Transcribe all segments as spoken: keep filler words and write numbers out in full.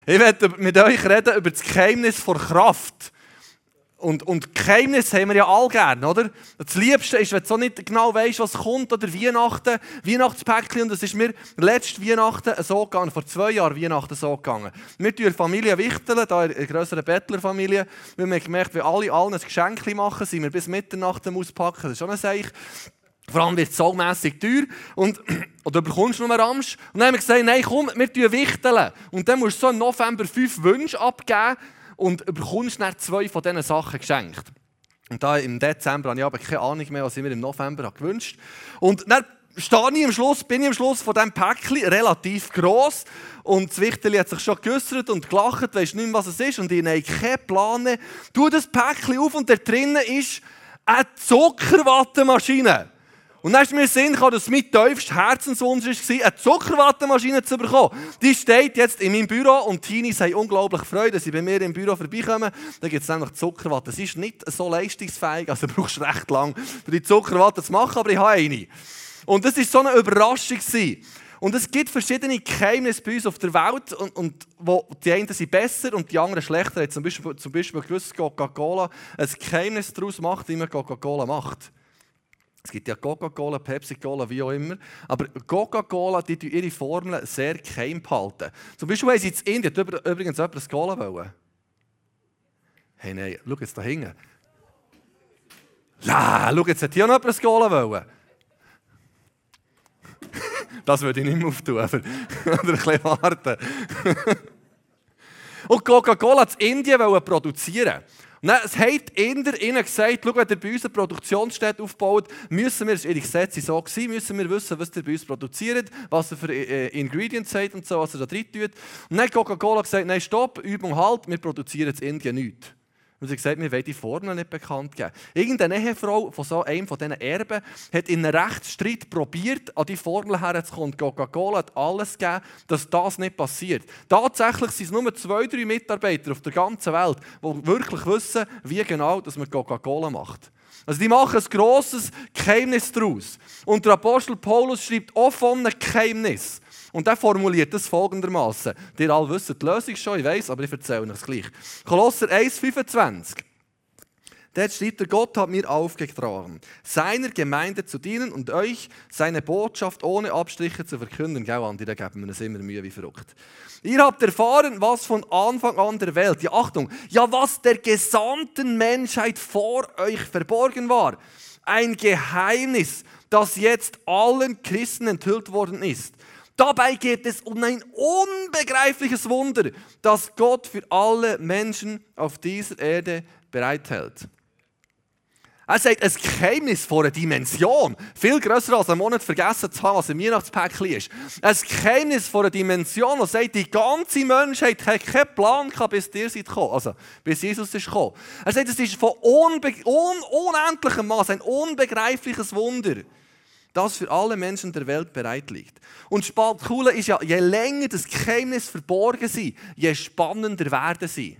Ich werde mit euch reden über das Geheimnis vor Kraft. Und, und Geheimnis haben wir ja alle gerne, oder? Das Liebste ist, wenn du so nicht genau weißt, was kommt, oder Weihnachten, Weihnachtspäckchen. Und das ist mir letztes Weihnachten so gegangen, vor zwei Jahren Weihnachten so gegangen. Wir tun Familie wichteln, da in einer grösseren Bettlerfamilie. Wir haben gemerkt, wenn alle allen ein Geschenk machen, sind wir bis Mitternacht am Auspacken. Das ist schon ein Zeichen. Vor allem wird es saumässig teuer und oder bekommst du nur Ramsch. Und dann haben wir gesagt, nein, komm, wir tun wichteln. Und dann musst du so im November fünf Wünsche abgeben und bekommst dann zwei von diesen Sachen geschenkt. Und da im Dezember habe ich aber keine Ahnung mehr, was ich mir im November habe gewünscht habe. Und dann stehe ich am Schluss, bin ich am Schluss von diesem Päckchen, relativ gross. Und das Wichterli hat sich schon geäussert und gelacht, weisst nicht mehr, was es ist. Und ich habe keinen Plan. Tu das Päckchen auf und da drinnen ist eine Zuckerwattemaschine. Und dann ist mir in den Sinn gekommen, dass mein tiefster Herzenswunsch war, eine Zuckerwattemaschine zu bekommen. Die steht jetzt in meinem Büro und die Teenies haben unglaublich Freude, dass sie bei mir im Büro vorbeikommen. Da gibt es nämlich Zuckerwatte. Das ist nicht so leistungsfähig, also du brauchst recht lang, um die Zuckerwatte zu machen, aber ich habe eine. Und das war so eine Überraschung. Und es gibt verschiedene Geheimnisse bei uns auf der Welt, und, und wo die einen sind besser und die anderen schlechter. Zum Beispiel, zum Beispiel gewusst, Coca-Cola ein Geheimnis daraus macht, wie man Coca-Cola macht. Es gibt ja Coca-Cola, Pepsi-Cola, wie auch immer. Aber Coca-Cola, die ihre Formeln sehr geheim behalten. Zum Beispiel haben sie in Indien übrigens jemand ein Cola wollen. Hey, nein, schau jetzt da hinten. Ja, schau jetzt, hat hier noch jemand ein Cola wollen. Das würde ich nicht mehr auftun, aber oder ein bisschen warten. Und Coca-Cola in Indien wollen produzieren. Und dann haben die Inder ihnen gesagt, schau, wenn ihr bei uns eine Produktionsstätte aufbaut, müssen wir, das war ihre Gesetze so gewesen, müssen wir wissen, was ihr bei uns produziert, was ihr für äh, Ingredients habt und so, was ihr da drin tut. Und dann hat Coca-Cola gesagt, nein, stopp, Übung halt, wir produzieren in Indien nichts. Und sie hat gesagt, wir wollen die Formel nicht bekannt geben. Irgendeine Ehefrau von so einem von diesen Erben hat in einem Rechtsstreit probiert, an die Formel herzukommen. Coca-Cola hat alles gegeben, dass das nicht passiert. Tatsächlich sind es nur zwei, drei Mitarbeiter auf der ganzen Welt, die wirklich wissen, wie genau dass man Coca-Cola macht. Also die machen ein grosses Geheimnis daraus. Und der Apostel Paulus schreibt auch von einem Geheimnis. Und er formuliert das folgendermaßen. Ihr alle wisst die Lösung schon, ich weiss, aber ich erzähle euch es gleich. Kolosser eins fünfundzwanzig. Dort steht, der Gott hat mir aufgetragen, seiner Gemeinde zu dienen und euch seine Botschaft ohne Abstriche zu verkünden. Gell, Andi, da geben wir uns immer Mühe wie verrückt. Ihr habt erfahren, was von Anfang an der Welt, ja Achtung, ja was der gesamten Menschheit vor euch verborgen war. Ein Geheimnis, das jetzt allen Christen enthüllt worden ist. Dabei geht es um ein unbegreifliches Wunder, das Gott für alle Menschen auf dieser Erde bereithält. Er sagt, ein Geheimnis vor einer Dimension, viel grösser als einen Monat vergessen zu haben, was im Weihnachtspäckchen ist. Ein Geheimnis vor einer Dimension, das sagt, die ganze Menschheit hat keinen Plan gehabt, bis ihr seid gekommen, also bis Jesus ist gekommen. Er sagt, es ist von unbe- un- unendlichem Maß ein unbegreifliches Wunder, das für alle Menschen der Welt bereit liegt. Und das Coole ist ja, je länger das Geheimnis verborgen ist, je spannender werden sie.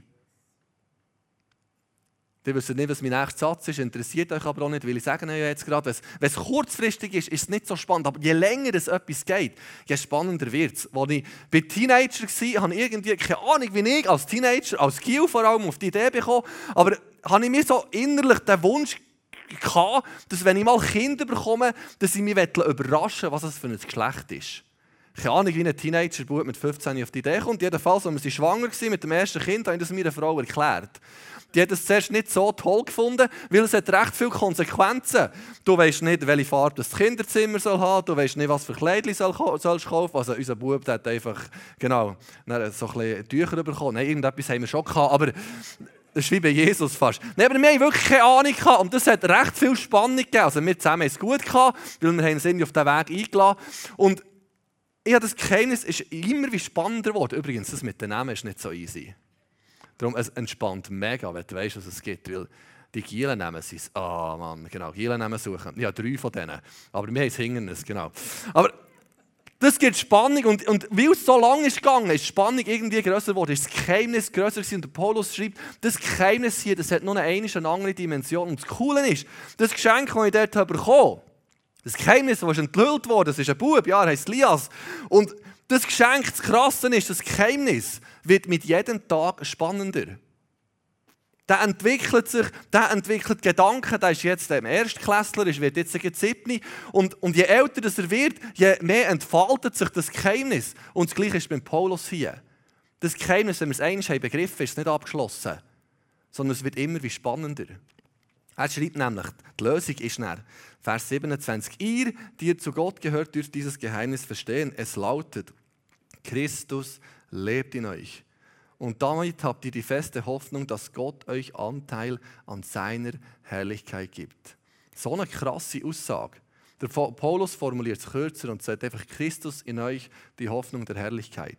Ihr wisst nicht, was mein nächster Satz ist, interessiert euch aber auch nicht, weil ich sage euch jetzt gerade, wenn es kurzfristig ist, ist es nicht so spannend. Aber je länger es etwas geht, je spannender wird es. Als ich bei Teenager war, habe ich irgendwie keine Ahnung, wie ich als Teenager, als Kiel vor allem, auf die Idee bekommen, aber habe ich mir so innerlich den Wunsch gehabt, dass wenn ich mal Kinder bekomme, dass ich mich überraschen will, was es für ein Geschlecht ist. Keine Ahnung, wie ein Teenager-Bub mit fünfzehn auf die Idee kommt. Jedenfalls, als wir schwanger waren mit dem ersten Kind, habe ich das meiner Frau erklärt. Die hat es zuerst nicht so toll gefunden, weil es hat recht viele Konsequenzen. Du weisst nicht, welche Farbe das Kinderzimmer soll haben, du weisst nicht, was für Kleidchen soll, sollst kaufen. Also unser Bub der hat einfach genau, so ein bisschen Tücher bekommen. Nein, irgendetwas haben wir schon gehabt, aber das ist wie bei Jesus fast. Nein, aber wir haben wirklich keine Ahnung gehabt und das hat recht viel Spannung gegeben. Also wir zusammen haben es gut gehabt, weil wir haben uns irgendwie auf den Weg eingeladen. Und ich habe das Geheimnis, ist immer wie spannender geworden. Übrigens, das mit den Namen ist nicht so easy. Darum, es entspannt mega, wenn du weißt, was es gibt. Weil die Gielen-Namen sind, ah oh Mann, genau, Gielen-Namen suchen. Ja, drei von denen. Aber wir haben es hinten, genau. Aber das gibt Spannung und, und weil es so lange ist gegangen, ist die Spannung irgendwie grösser geworden, ist das Geheimnis grösser gewesen. Und der Paulus schreibt, das Geheimnis hier, das hat noch eine, eine andere Dimension. Und das Coole ist, das Geschenk, das ich dort bekommen habe, das Geheimnis, das ist enthüllt worden, das ist ein Bub, ja, er heisst Lias. Und Das Geschenk, das Krasse ist, das Geheimnis wird mit jedem Tag spannender. Der entwickelt sich, der entwickelt Gedanken, der ist jetzt im Erstklässler, ist wird jetzt ein Siebni. Und, und je älter das er wird, je mehr entfaltet sich das Geheimnis. Und das Gleiche ist beim Paulus hier. Das Geheimnis, wenn wir es einmal haben begriffen, ist nicht abgeschlossen, sondern es wird immer wie spannender. Er schreibt nämlich, die Lösung ist dann, Vers siebenundzwanzig, ihr, die ihr zu Gott gehört, dürft dieses Geheimnis verstehen. Es lautet, Christus lebt in euch. Und damit habt ihr die feste Hoffnung, dass Gott euch Anteil an seiner Herrlichkeit gibt. So eine krasse Aussage. Der Paulus formuliert es kürzer und sagt einfach, Christus in euch, die Hoffnung der Herrlichkeit.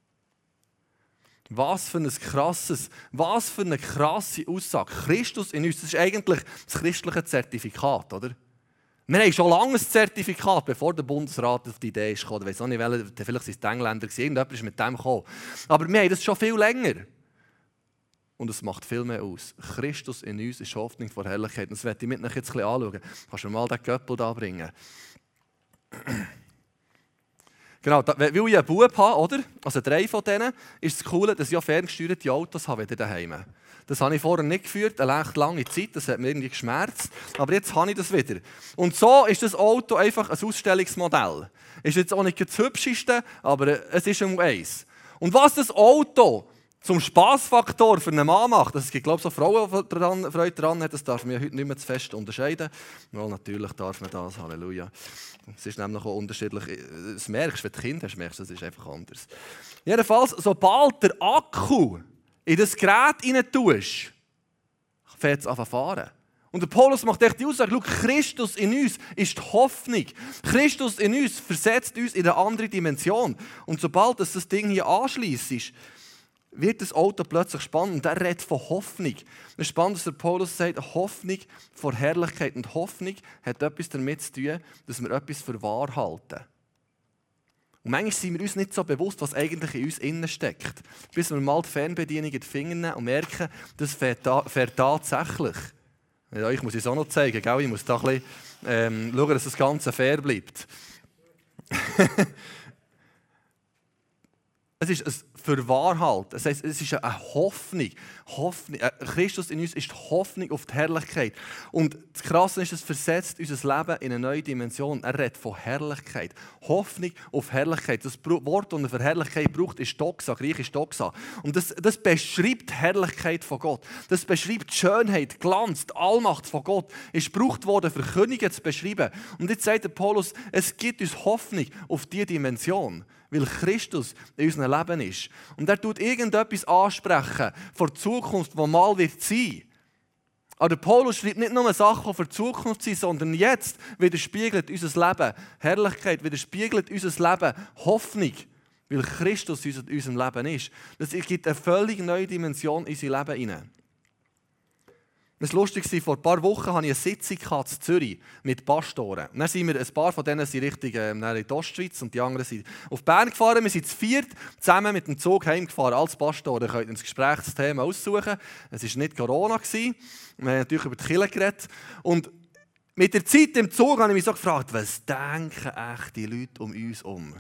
Was für ein krasses, was für eine krasse Aussage. Christus in uns, das ist eigentlich das christliche Zertifikat, oder? Wir haben schon lange ein Zertifikat, bevor der Bundesrat auf die Idee ist gekommen. Ich weiß auch nicht, welche, vielleicht waren es die Engländer, irgendjemand ist mit dem gekommen. Aber wir haben das schon viel länger. Und es macht viel mehr aus. Christus in uns ist Hoffnung vor Herrlichkeit. Und das werde ich mit euch jetzt ein bisschen anschauen. Kannst du mir mal den Göppel da bringen? Genau, weil ich einen Bub habe, oder? Also drei von denen, ist es cool, dass ich auch ferngesteuerte Autos habe wieder daheim. Das habe ich vorher nicht geführt, eine recht lange Zeit, das hat mir irgendwie geschmerzt. Aber jetzt habe ich das wieder. Und so ist das Auto einfach ein Ausstellungsmodell. Ist jetzt auch nicht das hübscheste, aber es ist um eins. Und was das Auto zum Spassfaktor für einen Mann macht, das gibt, glaube ich, so Frauen, die daran, Freude daran haben, das darf man ja heute nicht mehr zu fest unterscheiden. Ja, natürlich darf man das, Halleluja. Es ist nämlich auch unterschiedlich. Das merkst du, wenn du Kinder hast, merkst du, das ist einfach anders. Jedenfalls, sobald der Akku in das Gerät rein tust, fängt es an zu fahren. Und der Paulus macht echt die Aussage, schau, Christus in uns ist die Hoffnung. Christus in uns versetzt uns in eine andere Dimension. Und sobald das, das Ding hier anschliesst, wird das Auto plötzlich spannend. Und er redet von Hoffnung. Es ist spannend, dass der Paulus sagt, Hoffnung vor Herrlichkeit. Und Hoffnung hat etwas damit zu tun, dass wir etwas für wahr halten. Und manchmal sind wir uns nicht so bewusst, was eigentlich in uns innen steckt. Bis wir mal die Fernbedienung in die Finger nehmen und merken, das fährt, ta- fährt tatsächlich. Ja, ich muss es auch noch zeigen, gell? Ich muss da ein bisschen ähm, schauen, dass das Ganze fair bleibt. Es ist ein Verwahrhalten. Das heisst, es ist eine Hoffnung. Hoffnung. Christus in uns ist die Hoffnung auf die Herrlichkeit. Und das Krasse ist, es versetzt unser Leben in eine neue Dimension. Er redet von Herrlichkeit. Hoffnung auf Herrlichkeit. Das Wort, das er für Herrlichkeit braucht, ist Doxa, griechisch Doxa. Und das, das beschreibt die Herrlichkeit von Gott. Das beschreibt die Schönheit, die Glanz, die Allmacht von Gott. Es ist gebraucht worden, für Könige zu beschreiben. Und jetzt sagt der Paulus, es gibt uns Hoffnung auf diese Dimension, weil Christus in unserem Leben ist. Und er tut irgendetwas ansprechen vor der Zukunft, die mal wird sein. Aber der Paulus schreibt nicht nur Sachen, die für die Zukunft sind, sondern jetzt widerspiegelt unser Leben Herrlichkeit, widerspiegelt unser Leben Hoffnung, weil Christus in unserem Leben ist. Das gibt eine völlig neue Dimension in unser Leben hinein. Das Lustige war, vor ein paar Wochen hatte ich eine Sitzung in Zürich mit Pastoren. Und dann sind wir, ein paar von denen sind Richtung äh, in die Ostschweiz und die anderen sind auf Bern gefahren. Wir sind zu viert zusammen mit dem Zug heimgefahren. Als Pastoren könnt ihr das Gesprächsthema aussuchen. Es war nicht Corona. Wir haben natürlich über die Kirche geredet. Und mit der Zeit im Zug habe ich mich so gefragt, was denken echt die Leute um uns um?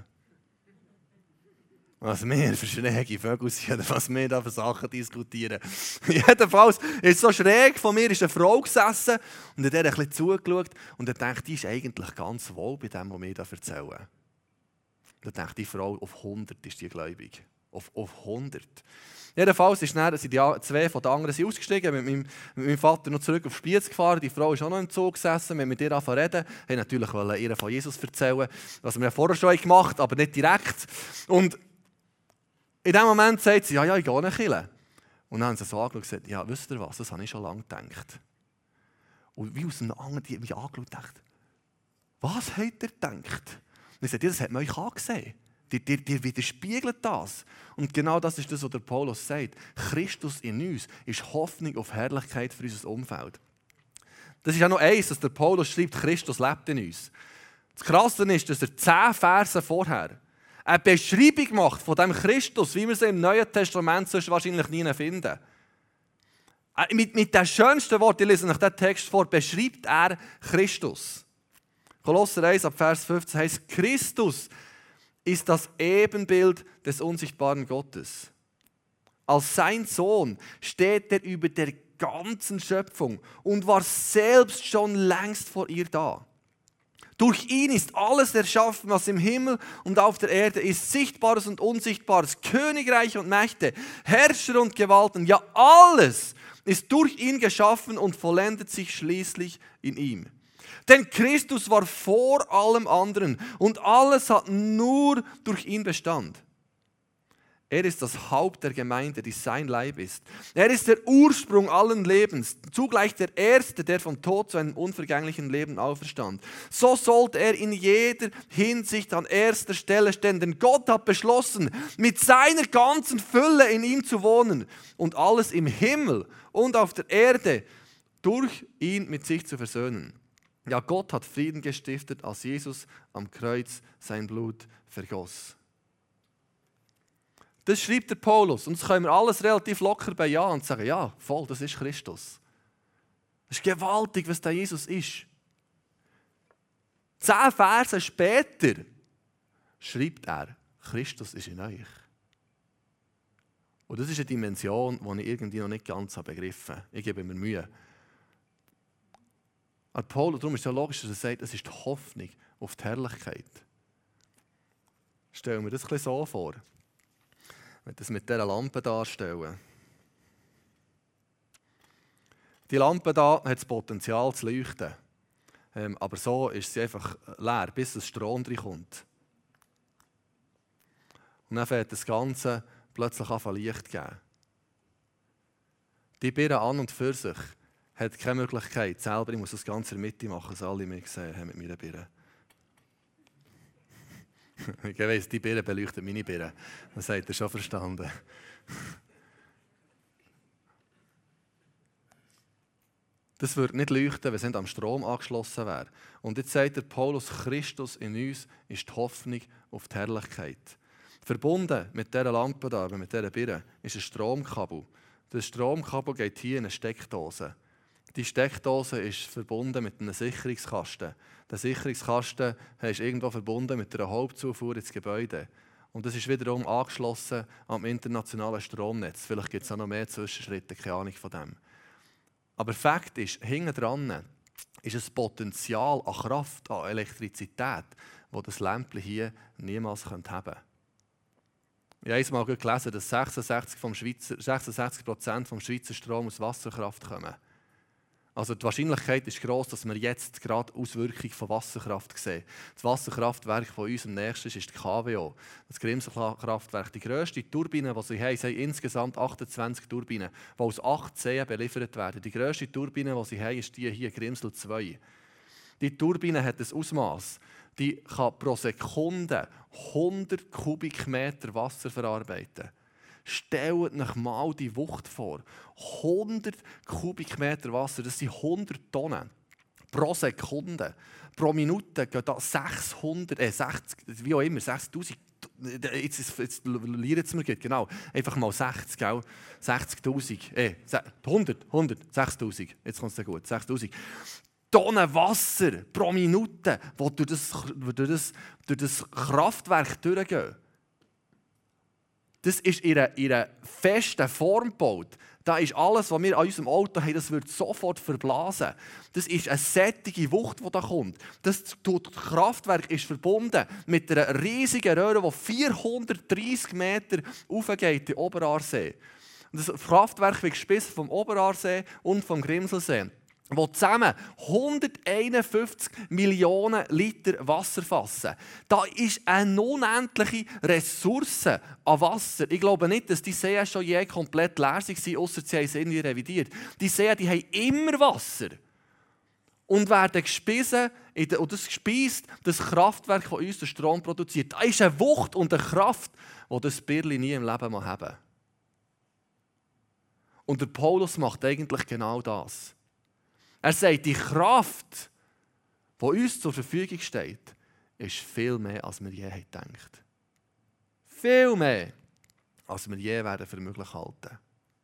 Was wir für schräge Vögel sind oder was wir da für Sachen diskutieren. Jedenfalls ist so schräg von mir ist eine Frau gesessen und hat ein bisschen zugeschaut und er denkt, die ist eigentlich ganz wohl bei dem, was wir da erzählen. Und er denkt, die Frau auf hundert ist die gläubig. Auf, auf hundert. Jedenfalls ist dann, sind die zwei von den anderen sind ausgestiegen, mit meinem, mit meinem Vater noch zurück auf Spiez gefahren. Die Frau ist auch noch im Zug gesessen, wir haben mit ihr angefangen zu reden. Wir wollten natürlich ihr von Jesus erzählen, was wir vorher schon gemacht haben, aber nicht direkt. Und in dem Moment sagt sie, ja, ja, ich gehe nicht hin. Und dann haben sie so angeschaut und gesagt, ja, wisst ihr was, das habe ich schon lange gedacht. Und wie aus einem anderen, die haben mich angeschaut und gedacht, was habt ihr gedacht? Und ich sagte, ja, das hat man euch angesehen. Dir, dir, dir widerspiegelt das. Und genau das ist das, was der Paulus sagt. Christus in uns ist Hoffnung auf Herrlichkeit für unser Umfeld. Das ist auch noch eins, dass der Paulus schreibt, Christus lebt in uns. Das Krasse ist, dass er zehn Verse vorher eine Beschreibung macht von dem Christus, wie wir sie im Neuen Testament sonst wahrscheinlich nie finden. Mit, mit dem schönsten Wort, ich lese euch diesen Text vor, beschreibt er Christus. Kolosser eins ab Vers fünfzehn heisst, Christus ist das Ebenbild des unsichtbaren Gottes. Als sein Sohn steht er über der ganzen Schöpfung und war selbst schon längst vor ihr da. Durch ihn ist alles erschaffen, was im Himmel und auf der Erde ist, Sichtbares und Unsichtbares, Königreiche und Mächte, Herrscher und Gewalten, ja alles ist durch ihn geschaffen und vollendet sich schließlich in ihm. Denn Christus war vor allem anderen und alles hat nur durch ihn Bestand. Er ist das Haupt der Gemeinde, die sein Leib ist. Er ist der Ursprung allen Lebens, zugleich der Erste, der vom Tod zu einem unvergänglichen Leben auferstand. So sollte er in jeder Hinsicht an erster Stelle stehen, denn Gott hat beschlossen, mit seiner ganzen Fülle in ihm zu wohnen und alles im Himmel und auf der Erde durch ihn mit sich zu versöhnen. Ja, Gott hat Frieden gestiftet, als Jesus am Kreuz sein Blut vergoss. Das schreibt der Paulus. Und das können wir alles relativ locker bejahen und sagen, ja, voll, das ist Christus. Es ist gewaltig, was der Jesus ist. Zehn Verse später schreibt er, Christus ist in euch. Und das ist eine Dimension, die ich irgendwie noch nicht ganz begriffen habe. Ich gebe mir Mühe. Aber Paulus, darum ist es ja logisch, dass er sagt, es ist die Hoffnung auf die Herrlichkeit. Stellen wir das ein bisschen so vor. Ich möchte das mit dieser Lampe darstellen. Die Lampe hier hat das Potenzial zu leuchten. Ähm, aber so ist sie einfach leer, bis das Strom reinkommt. Und dann fängt das Ganze plötzlich an Licht zu geben. Die Birne an und für sich hat keine Möglichkeit, selber, ich muss das Ganze in der Mitte machen, dass alle mich gesehen haben mit meiner Birne. Ich weiss, die Birne beleuchtet meine Birne. Das habt ihr schon verstanden. Das würde nicht leuchten, wenn es nicht am Strom angeschlossen wäre. Und jetzt sagt der Paulus, Christus in uns ist die Hoffnung auf die Herrlichkeit. Verbunden mit dieser Lampe da, mit dieser Birne, ist ein Stromkabel. Das Stromkabel geht hier in eine Steckdose. Die Steckdose ist verbunden mit einem Sicherungskasten. Der Sicherungskasten ist irgendwo verbunden mit einer Hauptzufuhr ins Gebäude. Und das ist wiederum angeschlossen am internationalen Stromnetz. Vielleicht gibt es auch noch mehr Zwischenschritte, keine Ahnung von dem. Aber Fakt ist, hinten dran ist ein Potenzial an Kraft, an Elektrizität, das das Lämpchen hier niemals haben könnte. Ich habe einmal gelesen, dass sechsundsechzig Prozent vom Schweizer Strom aus Wasserkraft kommen. Also die Wahrscheinlichkeit ist gross, dass wir jetzt gerade Auswirkungen von Wasserkraft sehen. Das Wasserkraftwerk von uns am nächsten ist die K W O, das Grimselkraftwerk. Die grösste Turbine, die sie haben, sie haben insgesamt achtundzwanzig Turbinen, die aus acht Seen beliefert werden. Die grösste Turbine, die sie haben, ist die hier, Grimsel zwei. Die Turbine hat ein Ausmaß, die kann pro Sekunde hundert Kubikmeter Wasser verarbeiten. Stellt euch mal die Wucht vor. hundert Kubikmeter Wasser, das sind hundert Tonnen pro Sekunde. Pro Minute gehen da sechshundert, äh, sechzig, wie auch immer, sechzigtausend. Jetzt, jetzt, jetzt lernt es mir, genau. Einfach mal sechzig, gell? sechzigtausend, äh, hundert, hundert, sechstausend. Jetzt kommt es dann gut, sechstausend. Tonnen Wasser pro Minute, die durch das, durch das, durch das Kraftwerk durchgehen. Das ist in einer, in einer festen Form gebaut. Da ist alles, was wir an unserem Auto haben, das wird sofort verblasen. Das ist eine sättige Wucht, die da kommt. Das Kraftwerk ist verbunden mit einer riesigen Röhre, die vierhundertdreissig Meter hochgeht, die Oberarsee. Und das Kraftwerk wird gespeist vom Oberarsee und vom Grimselsee, die zusammen hunderteinundfünfzig Millionen Liter Wasser fassen. Da ist eine unendliche Ressource an Wasser. Ich glaube nicht, dass die Seen schon je komplett leer waren, ausser sie haben es irgendwie revidiert. Die Seen die haben immer Wasser und werden gespeist, und das gespeist, das Kraftwerk, das uns den Strom produziert. Da ist eine Wucht und eine Kraft, die das Birli nie im Leben mal haben. Und der Paulus macht eigentlich genau das. Er sagt, die Kraft, die uns zur Verfügung steht, ist viel mehr, als wir je gedacht. Viel mehr, als wir je werden für möglich halten.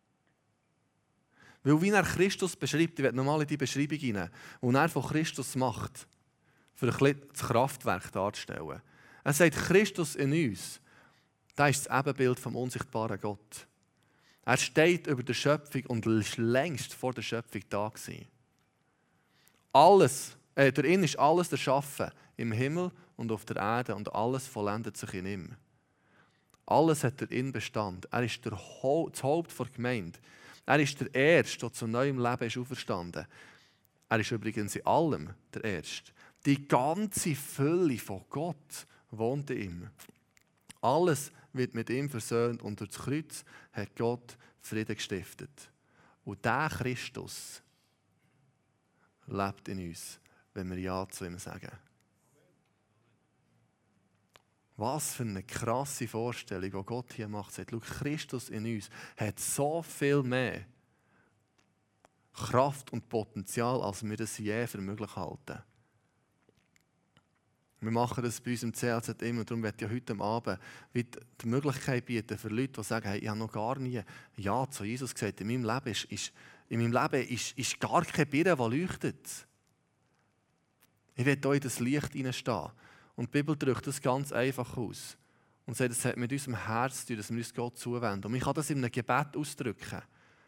Weil wie er Christus beschreibt, ich werde nochmal in die Beschreibung hinein, die er von Christus macht, für ein bisschen das Kraftwerk darzustellen. Er sagt, Christus in uns, das ist das Ebenbild vom unsichtbaren Gott. Er steht über der Schöpfung und ist längst vor der Schöpfung da gewesen. Alles, äh, darin ist alles erschaffen, im Himmel und auf der Erde, und alles vollendet sich in ihm. Alles hat darin Bestand. Er ist der Ho- das Haupt der Gemeinde. Er ist der Erste, der zu neuem Leben ist auferstanden. Er ist übrigens in allem der Erste. Die ganze Fülle von Gott wohnt in ihm. Alles wird mit ihm versöhnt und durch das Kreuz hat Gott Frieden gestiftet. Und dieser Christus lebt in uns, wenn wir Ja zu ihm sagen. Was für eine krasse Vorstellung, die Gott hier macht. Sagt, schau, Christus in uns hat so viel mehr Kraft und Potenzial, als wir das je für möglich halten. Wir machen das bei uns im C L Z immer, und darum möchte ich heute Abend die Möglichkeit bieten für Leute, die sagen, hey, ich habe noch gar nie Ja zu Jesus gesagt. In meinem Leben ist, ist, in meinem Leben ist, ist gar keine Birne, die leuchtet. Ich will euch das Licht hineinstehen. Und die Bibel drückt das ganz einfach aus. Und sagt, es hat mit unserem Herz zu tun, dass wir uns Gott zuwenden. Und ich kann das in einem Gebet ausdrücken.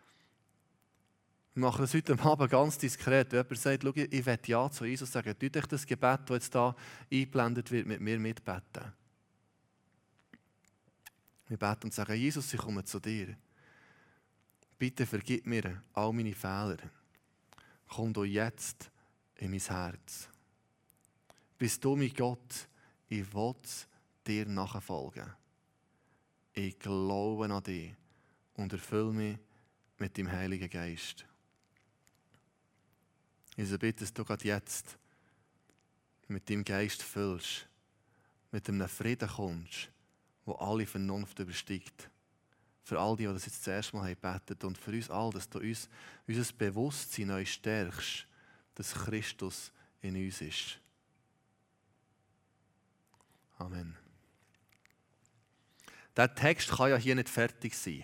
Wir machen das heute Abend ganz diskret. Wenn jemand sagt, schau, ich will Ja zu Jesus sagen, tut euch das Gebet, das jetzt hier eingeblendet wird, mit mir mitbeten. Wir beten und sagen, Jesus, ich komme zu dir. Bitte vergib mir all meine Fehler. Komm du jetzt in mein Herz. Bist du mein Gott, ich will dir nachfolgen. Ich glaube an dich und erfülle mich mit dem Heiligen Geist. Ich bitte, dass du gerade jetzt mit deinem Geist füllst, mit einem Frieden kommst, der alle Vernunft übersteigt. Für all die, die das jetzt das erste Mal gebetet haben, und für uns alle, dass du uns, unser Bewusstsein neu stärkst, dass Christus in uns ist. Amen. Der Text kann ja hier nicht fertig sein.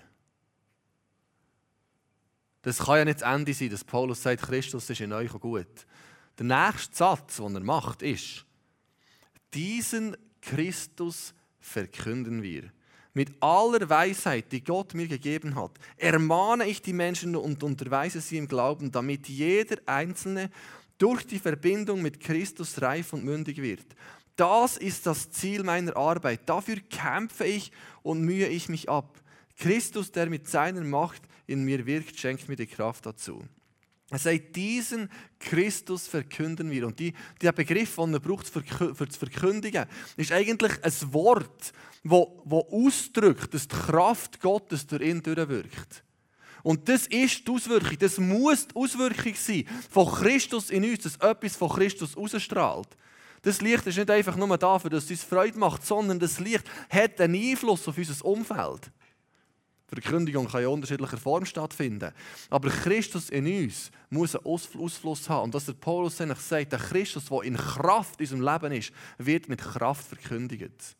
Das kann ja nicht das Ende sein, dass Paulus sagt, Christus ist in euch gut. Der nächste Satz, den er macht, ist, diesen Christus verkünden wir. Mit aller Weisheit, die Gott mir gegeben hat, ermahne ich die Menschen und unterweise sie im Glauben, damit jeder Einzelne durch die Verbindung mit Christus reif und mündig wird. Das ist das Ziel meiner Arbeit. Dafür kämpfe ich und mühe ich mich ab. Christus, der mit seiner Macht in mir wirkt, schenkt mir die Kraft dazu. Er sagt, diesen Christus verkünden wir. Und die, der Begriff, den er braucht für das Verkündigen, ist eigentlich ein Wort, das ausdrückt, dass die Kraft Gottes durch ihn durchwirkt. Und das ist die Auswirkung, das muss die Auswirkung sein von Christus in uns, dass etwas von Christus ausstrahlt. Das Licht ist nicht einfach nur dafür, dass es uns Freude macht, sondern das Licht hat einen Einfluss auf unser Umfeld. Die Verkündigung kann ja in unterschiedlicher Form stattfinden. Aber Christus in uns muss einen Ausfluss haben. Und dass der Paulus eigentlich sagt, der Christus, der in Kraft in unserem Leben ist, wird mit Kraft verkündigt.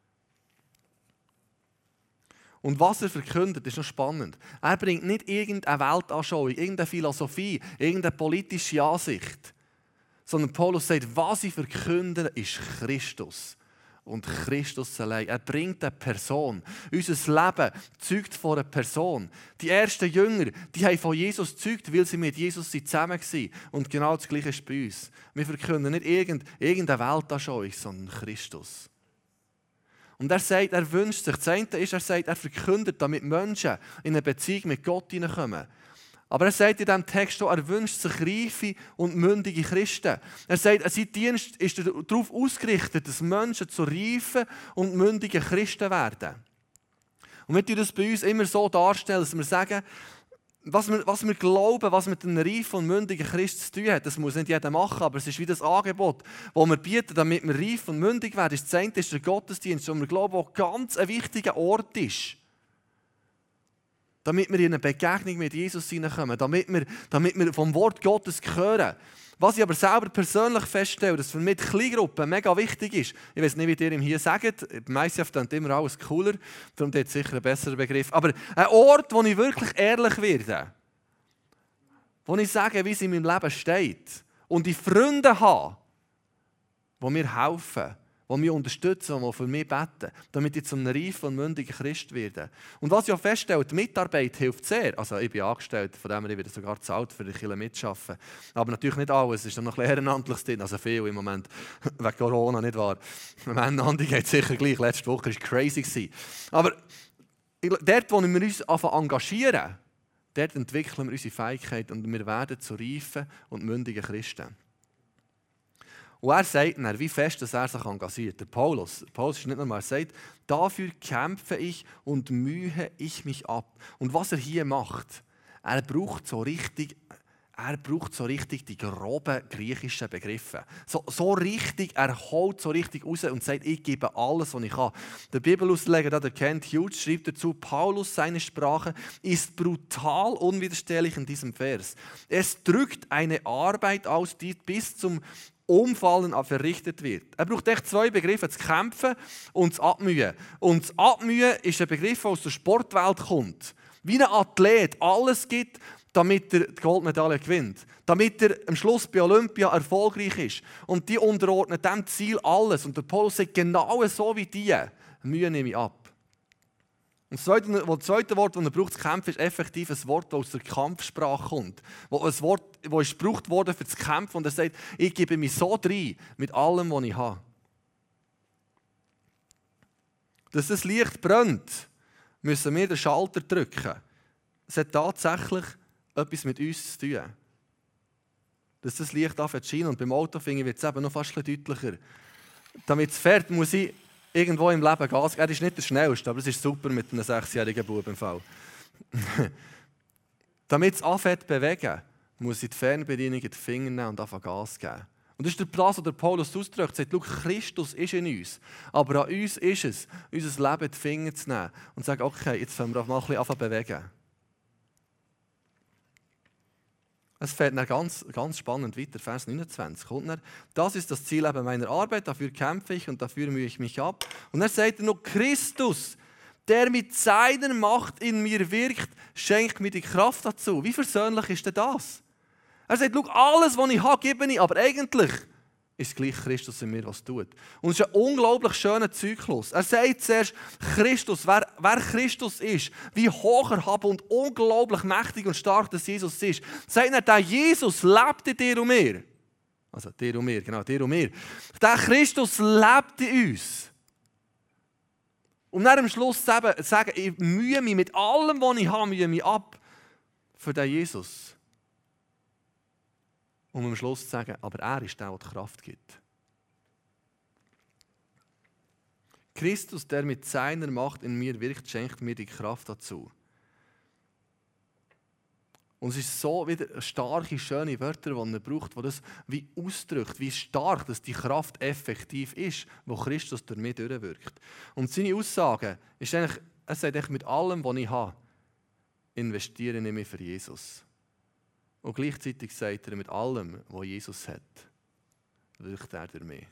Und was er verkündet, ist noch spannend. Er bringt nicht irgendeine Weltanschauung, irgendeine Philosophie, irgendeine politische Ansicht. Sondern Paulus sagt, was ich verkünde, ist Christus. Und Christus allein. Er bringt eine Person. Unser Leben zeugt von einer Person. Die ersten Jünger, die haben von Jesus gezeugt, weil sie mit Jesus zusammen waren. Und genau das Gleiche ist bei uns. Wir verkünden nicht irgendeine Weltanschauung, sondern Christus. Und er sagt, er wünscht sich, das eine ist, er sagt, er verkündet, damit Menschen in eine Beziehung mit Gott hineinkommen. Aber er sagt in diesem Text auch, er wünscht sich reife und mündige Christen. Er sagt, sein Dienst ist darauf ausgerichtet, dass Menschen zu reifen und mündigen Christen werden. Und wir tun das bei uns immer so darstellen, dass wir sagen, was wir, was wir glauben, was mit einem reifen und mündigen Christen zu tun hat, das muss nicht jeder machen, aber es ist wie das Angebot, das wir bieten, damit wir reif und mündig werden. Das eine ist der Gottesdienst, wo wir glauben, wo ganz ein wichtiger Ort ist. Damit wir in eine Begegnung mit Jesus hineinkommen, damit wir, damit wir vom Wort Gottes hören. Was ich aber selber persönlich feststelle, dass für mich die Kleingruppe mega wichtig ist. Ich weiß nicht, wie ihr ihm hier sagt, beim I C F klingt immer alles cooler, darum ist sicher ein besserer Begriff. Aber ein Ort, wo ich wirklich ehrlich werde, wo ich sage, wie es in meinem Leben steht und ich Freunde habe, die mir helfen, die mich unterstützen, die für mich beten, damit ich zu einem reifen und mündigen Christ werde. Und was ich auch feststelle, die Mitarbeit hilft sehr. Also ich bin angestellt, von dem her ich werde sogar bezahlt, für die Kirche mitzuarbeiten. Aber natürlich nicht alles, es ist noch ehrenamtliches drin, also viel im Moment, wegen Corona, nicht wahr? Am Ende geht es sicher gleich, letzte Woche war es crazy. Aber dort, wo wir uns engagieren, dort entwickeln wir unsere Fähigkeit und wir werden zu reifen und mündigen Christen. Und er sagt dann, wie fest dass er sich engagiert. Der Paulus, Paulus ist nicht normal, er sagt, dafür kämpfe ich und mühe ich mich ab. Und was er hier macht, er braucht so richtig, er braucht so richtig die groben griechischen Begriffe. So, so richtig, er holt so richtig raus und sagt, ich gebe alles, was ich kann. Der Bibelausleger, der kennt Hughes, schreibt dazu, Paulus, seine Sprache ist brutal unwiderstehlich in diesem Vers. Es drückt eine Arbeit aus, die bis zum Umfallen verrichtet wird. Er braucht echt zwei Begriffe, das Kämpfen und das Abmühen. Und das Abmühen ist ein Begriff, der aus der Sportwelt kommt. Wie ein Athlet alles gibt, damit er die Goldmedaille gewinnt. Damit er am Schluss bei Olympia erfolgreich ist. Und die unterordnen diesem Ziel alles. Und der Paulus sagt, genau so wie die, Mühe nehme ich ab. Und das zweite, das zweite Wort, das er braucht, das Kämpfen, ist effektiv ein Wort, das aus der Kampfsprache kommt. Ein Wort, das gebraucht wurde für das Kämpfen. Und er sagt, ich gebe mich so rein mit allem, was ich habe. Dass das Licht brennt, müssen wir den Schalter drücken. Es hat tatsächlich etwas mit uns zu tun. Dass das Licht anfängt zu scheinen. Und beim Auto finde ich, wird es eben noch fast ein bisschen deutlicher. Damit es fährt, muss ich irgendwo im Leben Gas. Er ist nicht der Schnellste, aber es ist super mit einem sechsjährigen Bub im Fall. Damit es anfängt zu bewegen, muss ich die Fernbedienung in die Finger nehmen und anfangen Gas geben. Und das ist das, was der Paulus ausdrückt. Er sagt, schau, Christus ist in uns. Aber an uns ist es, unser Leben in die Finger zu nehmen und zu sagen, okay, jetzt fangen wir auch mal ein bisschen an zu bewegen. Es fährt dann ganz, ganz spannend weiter, Vers neunundzwanzig. Kommt dann, das ist das Ziel eben meiner Arbeit, dafür kämpfe ich und dafür mühe ich mich ab. Und dann sagt er noch, Christus, der mit seiner Macht in mir wirkt, schenkt mir die Kraft dazu. Wie versöhnlich ist denn das? Er sagt, schau, alles, was ich habe, gebe ich, aber eigentlich ist gleich Christus in mir, was tut. Und es ist ein unglaublich schöner Zyklus. Er sagt zuerst, Christus, wer, wer Christus ist, wie hoch er hat und unglaublich mächtig und stark das Jesus ist. Sagt er, der Jesus lebt in dir und mir. Also dir und mir, genau, dir und mir. Der Christus lebt in uns. Und dann am Schluss sagen, ich mühe mich mit allem, was ich habe, mühe mich ab für den Jesus. Um am Schluss zu sagen, aber er ist der, der die Kraft gibt. Christus, der mit seiner Macht in mir wirkt, schenkt mir die Kraft dazu. Und es ist so wieder starke, schöne Wörter, die er braucht, die das wie ausdrückt, wie stark dass die Kraft effektiv ist, wo Christus durch mich durchwirkt. Und seine Aussage ist eigentlich, er sagt eigentlich, mit allem, was ich habe, investiere ich mich für Jesus. Und gleichzeitig sagt er, mit allem, was Jesus hat, wirkt er durch mich.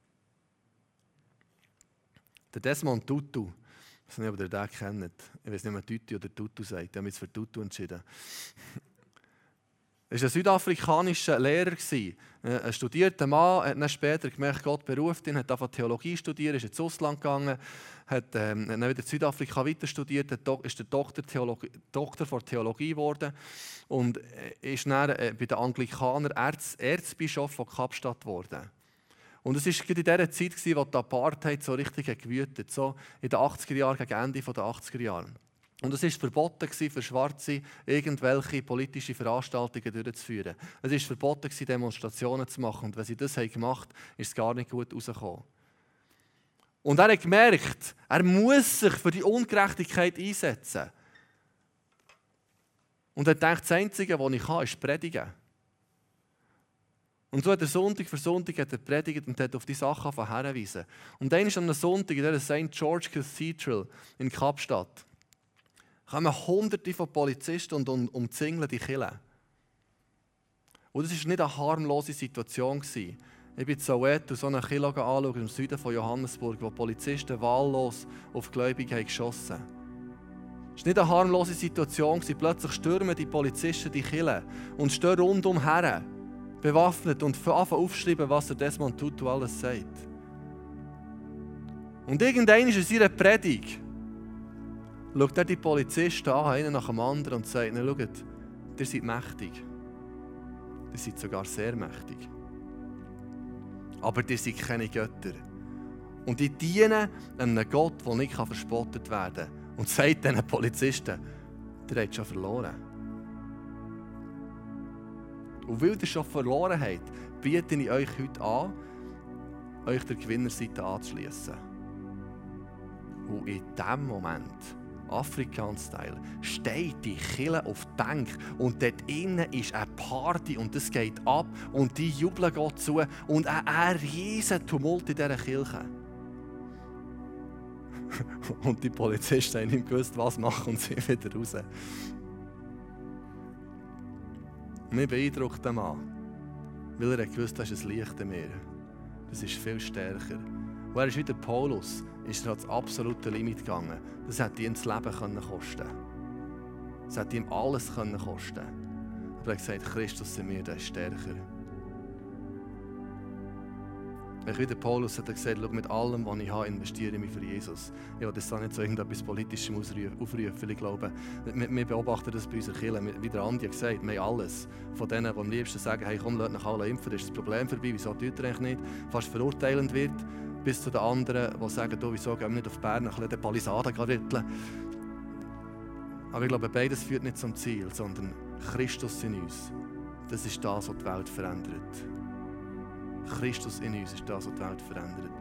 Der Desmond Tutu, ich weiß nicht, ob ihr den kennt. Ich weiß nicht, ob Tutu oder Tutu sagt. Ich habe mich für Tutu entschieden. Er war ein südafrikanischer Lehrer. Ein studierter Mann, hat dann später gemerkt, Gott beruft ihn, hat angefangen Theologie studieren, ist ins Ausland gegangen, hat ähm, dann wieder in Südafrika weiter studiert, ist der Doktor, Theologie, Doktor von Theologie geworden und ist dann äh, bei den Anglikanern Erz, Erzbischof von Kapstadt geworden. Und es war in dieser Zeit, wo die Apartheid so richtig gewütet hat, so in den achtziger Jahren, gegen Ende der achtziger Jahre. Und es war verboten für Schwarze, irgendwelche politische Veranstaltungen durchzuführen. Es war verboten, Demonstrationen zu machen. Und wenn sie das gemacht haben, ist es gar nicht gut rausgekommen. Und er hat gemerkt, er muss sich für die Ungerechtigkeit einsetzen. Und er denkt, das Einzige, was ich kann, ist predigen. Und so hat er Sonntag für Sonntag hat er predigt und hat auf die Sachen hingewiesen. Und dann ist am Sonntag in der Saint George Cathedral in Kapstadt kommen Hunderte von Polizisten und um, umzingeln die Kirche. Und das war nicht eine harmlose Situation. Ich bin in Soweto so eine Kirche anschauen, im Süden von Johannesburg, wo Polizisten wahllos auf Gläubige haben geschossen haben. Es war nicht eine harmlose Situation. Plötzlich stürmen die Polizisten die Kirche und stehen rundum her, bewaffnet und anfangen aufzuschreiben, was der Desmond Tutu alles sagt. Und irgendwann ist in seiner Predigt, schaut er die Polizisten an, einen nach dem anderen, und sagt ihnen, schaut, ihr seid mächtig. Ihr seid sogar sehr mächtig. Aber ihr seid keine Götter. Und die dienen einem Gott, der nicht verspottet werden kann. Und sagt diesen Polizisten, ihr habt schon verloren. Und weil ihr schon verloren habt, biete ich euch heute an, euch der Gewinnerseite anzuschliessen. Und in diesem Moment, Afrikaans-Style, steht die Kirche auf Denk und dort innen ist eine Party und es geht ab und die jubeln Gott zu und ein riesen Tumult in dieser Kirche. Und die Polizisten haben nicht gewusst, was machen, und sind wieder raus. Mir beeindruckt den Mann, weil er gewusst hat, das ist ein Licht in mir. Das ist viel stärker. Und er ist wie der Paulus, ist er ans absolute Limit gegangen. Das hätte ihm das Leben kosten können. Das hätte ihm alles kosten können. Aber er hat gesagt, Christus in mir, der ist stärker. Wie der Paulus hat er gesagt, schau, mit allem, was ich habe, investiere ich mich für Jesus. Ja, das soll nicht so irgendetwas Politischem aufrufen, weil ich glaube, wir, wir beobachten das bei unserer Kirche. Wie der Andi hat gesagt, wir haben alles. Von denen, die am liebsten sagen, hey, komm, lass dich alle impfen, das ist das Problem vorbei, wieso tut ihr eigentlich nicht? Fast verurteilend wird, bis zu den anderen, die sagen, oh, wieso gehen wir nicht auf Bern, ein bisschen die Palisade rütteln. Aber ich glaube, beides führt nicht zum Ziel, sondern Christus in uns. Das ist das, was die Welt verändert. Christus in uns ist das, was die Welt verändert.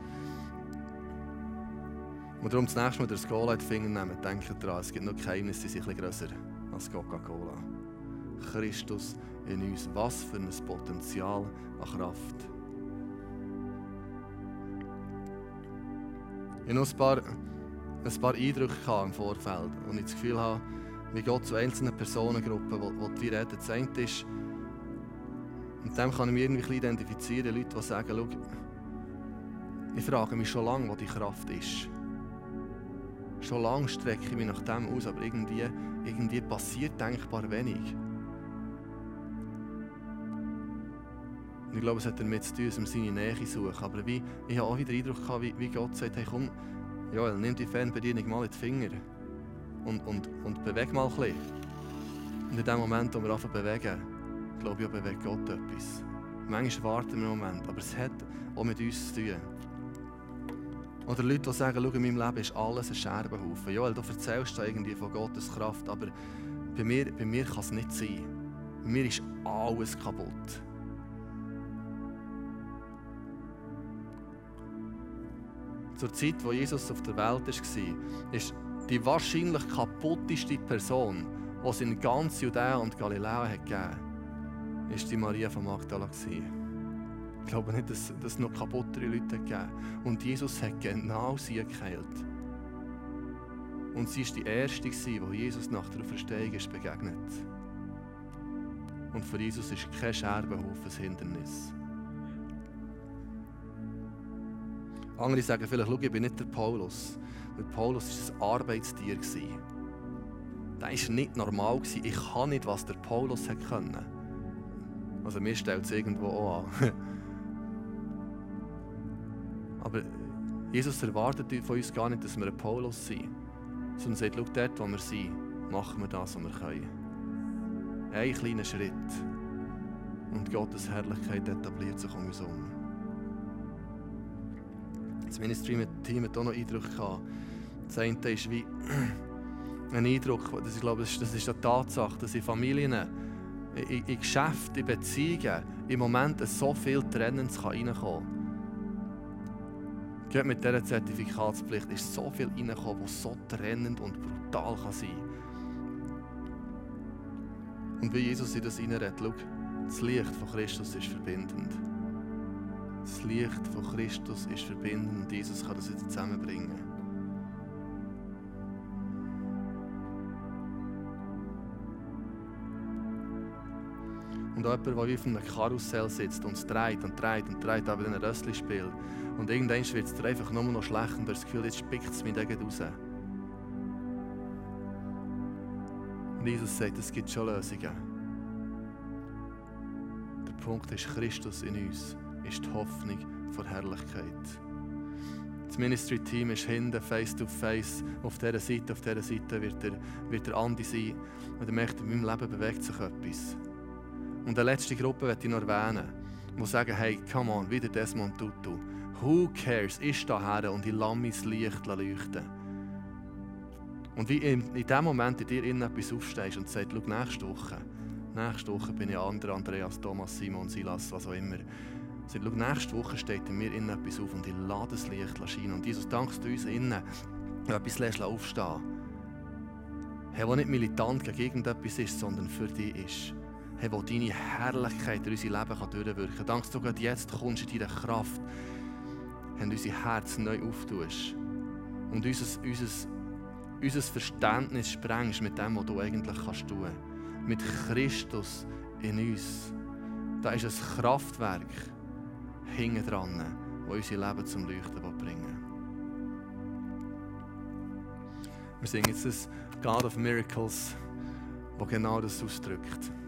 Und darum das nächste Mal das Cola in die Finger nehmen, denkt daran, es gibt noch Geheimnisse, die sind ein bisschen grösser als Coca-Cola. Christus in uns, was für ein Potenzial an Kraft. Ich hatte noch ein paar, ein paar Eindrücke im Vorfeld, und ich das Gefühl habe, wie Gott zu einzelnen Personengruppen, die wir reden. Das eine ist, und dem kann ich mich irgendwie identifizieren, Leute, die sagen, schau, ich frage mich schon lange, wo die Kraft ist. Schon lange strecke ich mich nach dem aus, aber irgendwie, irgendwie passiert denkbar wenig. Und ich glaube, es hat damit zu tun, dass wir seine Nähe suchen. Aber wie, ich habe auch wieder den Eindruck gehabt, wie, wie Gott sagt, hey komm, Joel, nimm die Fernbedienung mal in die Finger und, und, und beweg mal ein bisschen. Und in dem Moment, wo wir anfangen zu bewegen, glaube ich, auch bewegt Gott etwas. Manchmal warten wir einen Moment, aber es hat auch mit uns zu tun. Oder Leute, die sagen, schau, in meinem Leben ist alles ein Scherbenhaufen. Joel, du erzählst da irgendwie von Gottes Kraft, aber bei mir, bei mir kann es nicht sein. Bei mir ist alles kaputt. Zur Zeit, wo Jesus auf der Welt war, ist die wahrscheinlich kaputteste Person, die es in ganz Judäa und Galiläa gegeben hat, ist die Maria von Magdala. Ich glaube nicht, dass es noch kaputtere Leute gegeben hat. Und Jesus hat genau sie geheilt. Und sie war die Erste, die Jesus nach der Auferstehung begegnet. Und für Jesus ist kein Scherbenhaufen ein Hindernis. Andere sagen vielleicht, schau, ich bin nicht der Paulus. Der Paulus war ein Arbeitstier. Der war nicht normal. Ich kann nicht, was der Paulus konnte. Also mir stellt es irgendwo auch an. Aber Jesus erwartet von uns gar nicht, dass wir ein Paulus sind. Sondern sagt, schau, dort, wo wir sind, machen wir das, was wir können. Ein kleiner Schritt. Und Gottes Herrlichkeit etabliert sich um uns herum. Das Ministry-Team hat auch noch Eindruck gehabt. Das eine ist wie ein Eindruck, das ich glaube, das ist eine Tatsache, dass in Familien, in, in Geschäften, in Beziehungen im Moment so viel Trennens reinkommen kann. Gerade mit dieser Zertifikatspflicht ist so viel reingekommen, was so trennend und brutal kann sein kann. Und wie Jesus in das reinredet, schau, das Licht von Christus ist verbindend. Das Licht von Christus ist verbindend und Jesus kann das wieder zusammenbringen. Und auch jemand, der wie auf einem Karussell sitzt und es dreht und dreht und dreht, aber ein Rössli spielt. Und irgendwann wird es dir einfach nur noch schlecht und du hast das Gefühl, jetzt spickt es mich da raus. Und Jesus sagt, es gibt schon Lösungen. Der Punkt ist, Christus in uns ist die Hoffnung vor Herrlichkeit. Das Das Ministry-Team ist hinten, face to face, auf dieser Seite, auf dieser Seite wird der, wird der Andi sein. Und er merkt, in meinem Leben bewegt sich etwas. Und eine letzte Gruppe möchte ich noch erwähnen, die sagen, hey, come on, wieder Desmond Tutu. Who cares? Ich stehe her und ich lasse mein Licht leuchten. Und wie in, in dem Moment in dir innen etwas aufstehst und sagst, schau, nächste Woche, nächste Woche bin ich anderer, Andreas, Thomas, Simon, Silas, was auch immer. Sag, schau, nächste Woche steht in mir innen etwas auf und ich lasse das Licht scheinen. Und Jesus, dankst du uns innen, etwas lässt aufstehen. Hey, wo nicht militant gegen irgendetwas ist, sondern für dich ist. Hey, wo deine Herrlichkeit in unser Leben kann durchwirken kann. Danke, dass du gerade jetzt kommst in deiner Kraft, und unser Herz neu auftust und unser, unser, unser Verständnis sprengst mit dem, was du eigentlich kannst tun. Mit Christus in uns. Da ist ein Kraftwerk hinten dran, das unser Leben zum Leuchten bringen will. Wir singen jetzt das God of Miracles, das genau das ausdrückt.